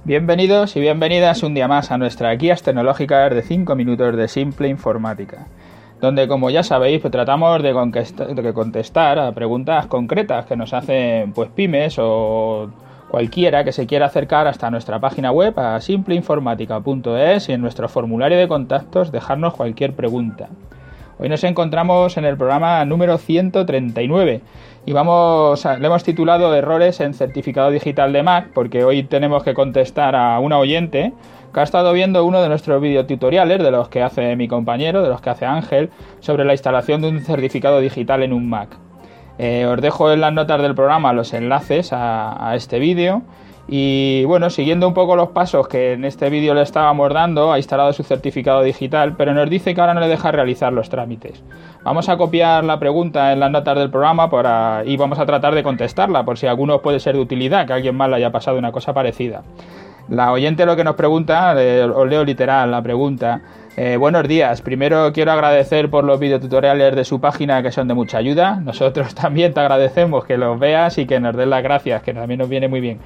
Bienvenidos y bienvenidas un día más a nuestras guías tecnológicas de 5 minutos de simple informática, donde, como ya sabéis, pues tratamos de contestar a preguntas concretas que nos hacen pues pymes o cualquiera que se quiera acercar hasta nuestra página web a simpleinformática.es y en nuestro formulario de contactos dejarnos cualquier pregunta. Hoy nos encontramos en el programa número 139 y le hemos titulado Errores en certificado digital de Mac, porque hoy tenemos que contestar a una oyente que ha estado viendo uno de nuestros videotutoriales, de los que hace mi compañero, de los que hace Ángel, sobre la instalación de un certificado digital en un Mac. Os dejo en las notas del programa los enlaces a este vídeo. Y bueno, siguiendo un poco los pasos que en este vídeo le estábamos dando, ha instalado su certificado digital, pero nos dice que ahora no le deja realizar los trámites. Vamos a copiar la pregunta en las notas del programa y vamos a tratar de contestarla, por si a alguno puede ser de utilidad, que a alguien más le haya pasado una cosa parecida. La oyente lo que nos pregunta, os leo literal la pregunta. Buenos días, primero quiero agradecer por los videotutoriales de su página, que son de mucha ayuda. Nosotros también te agradecemos que los veas y que nos des las gracias, que también nos viene muy bien.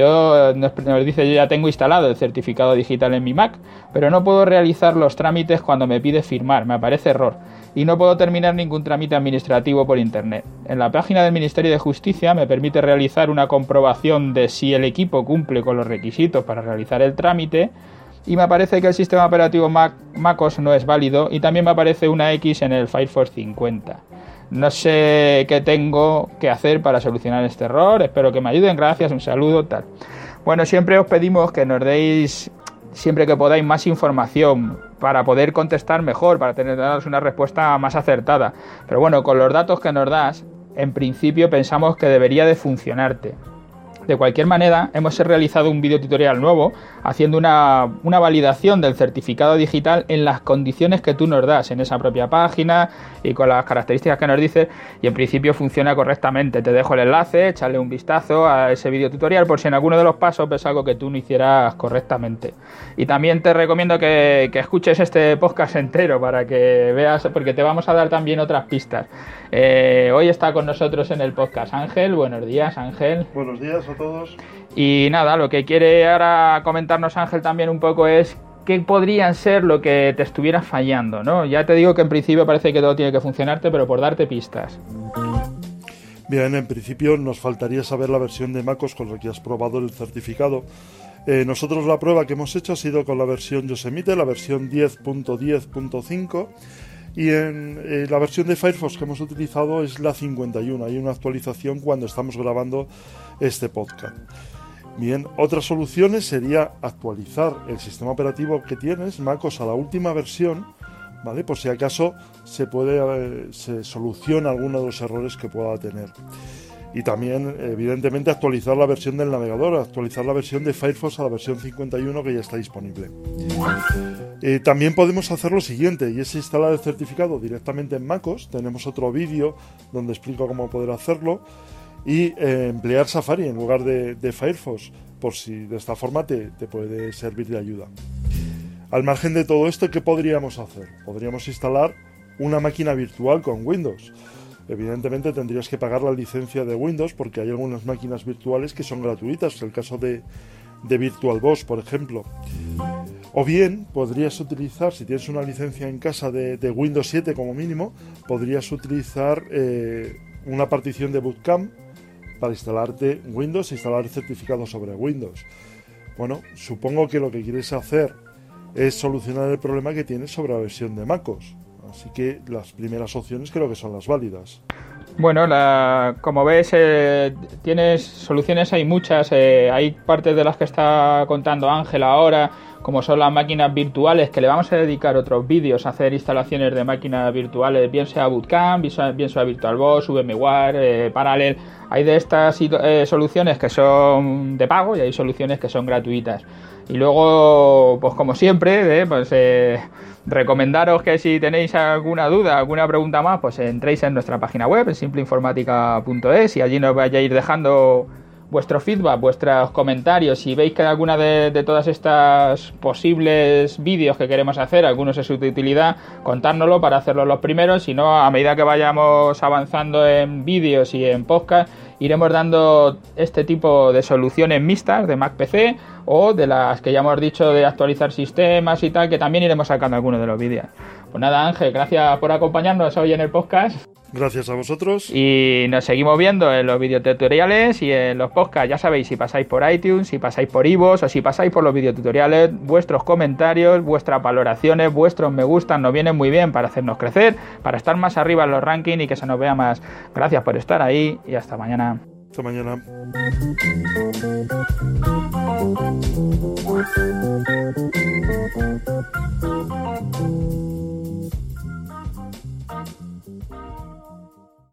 Nos dice, yo ya tengo instalado el certificado digital en mi Mac, pero no puedo realizar los trámites cuando me pide firmar, me aparece error. Y no puedo terminar ningún trámite administrativo por internet. En la página del Ministerio de Justicia me permite realizar una comprobación de si el equipo cumple con los requisitos para realizar el trámite, y me aparece que el sistema operativo MacOS no es válido, y también me aparece una X en el Firefox 50. No sé qué tengo que hacer para solucionar este error, espero que me ayuden, gracias, un saludo, tal. Bueno, siempre os pedimos que nos deis, siempre que podáis, más información para poder contestar mejor, para daros una respuesta más acertada. Pero bueno, con los datos que nos das, en principio pensamos que debería de funcionarte. De cualquier manera, hemos realizado un videotutorial nuevo haciendo una validación del certificado digital en las condiciones que tú nos das en esa propia página y con las características que nos dices, y en principio funciona correctamente. Te dejo el enlace, échale un vistazo a ese videotutorial por si en alguno de los pasos ves algo que tú no hicieras correctamente. Y también te recomiendo que escuches este podcast entero para que veas, porque te vamos a dar también otras pistas. Hoy está con nosotros en el podcast Ángel. Buenos días, Ángel. Buenos días a todos. Y nada, lo que quiere ahora comentarnos Ángel también un poco es qué podrían ser lo que te estuviera fallando, ¿no? Ya te digo que en principio parece que todo tiene que funcionarte, pero por darte pistas. Bien, en principio nos faltaría saber la versión de MacOS con la que has probado el certificado. Nosotros la prueba que hemos hecho ha sido con la versión Yosemite, la versión 10.10.5, y en la versión de Firefox que hemos utilizado es la 51. Hay una actualización cuando estamos grabando este podcast. Bien, otras soluciones sería actualizar el sistema operativo que tienes, MacOS, a la última versión, ¿vale? Por si acaso se soluciona alguno de los errores que pueda tener. Y también, evidentemente, actualizar la versión del navegador, actualizar la versión de Firefox a la versión 51 que ya está disponible. También podemos hacer lo siguiente, y es instalar el certificado directamente en MacOS. Tenemos otro vídeo donde explico cómo poder hacerlo, y emplear Safari en lugar de Firefox, por si de esta forma te puede servir de ayuda. Al margen de todo esto, ¿qué podríamos hacer? Podríamos instalar una máquina virtual con Windows. Evidentemente tendrías que pagar la licencia de Windows, porque hay algunas máquinas virtuales que son gratuitas, el caso de VirtualBox, por ejemplo. O bien podrías utilizar, si tienes una licencia en casa de Windows 7 como mínimo, podrías utilizar una partición de Bootcamp para instalarte Windows e instalar el certificado sobre Windows. Bueno, supongo que lo que quieres hacer es solucionar el problema que tienes sobre la versión de MacOS. Así que las primeras opciones creo que son las válidas. Bueno, como ves, tienes soluciones, hay muchas. Hay partes de las que está contando Ángel ahora, como son las máquinas virtuales, que le vamos a dedicar otros vídeos a hacer instalaciones de máquinas virtuales, bien sea Bootcamp, bien sea VirtualBox, VMware, Parallel. Hay de estas soluciones que son de pago y hay soluciones que son gratuitas. Y luego, pues como siempre, recomendaros que si tenéis alguna duda, alguna pregunta más, pues entréis en nuestra página web, en simpleinformática.es, y allí nos vayáis dejando vuestro feedback, vuestros comentarios. Si veis que alguna de todas estas posibles vídeos que queremos hacer, algunos es de utilidad, contárnoslo para hacerlo los primeros. Si no, a medida que vayamos avanzando en vídeos y en podcast, iremos dando este tipo de soluciones mixtas de Mac PC o de las que ya hemos dicho de actualizar sistemas y tal, que también iremos sacando algunos de los vídeos. Pues nada, Ángel, gracias por acompañarnos hoy en el podcast. Gracias a vosotros. Y nos seguimos viendo en los videotutoriales y en los podcasts. Ya sabéis, si pasáis por iTunes, si pasáis por iVoox o si pasáis por los videotutoriales, vuestros comentarios, vuestras valoraciones, vuestros me gustan nos vienen muy bien para hacernos crecer, para estar más arriba en los rankings y que se nos vea más. Gracias por estar ahí y hasta mañana. Hasta mañana.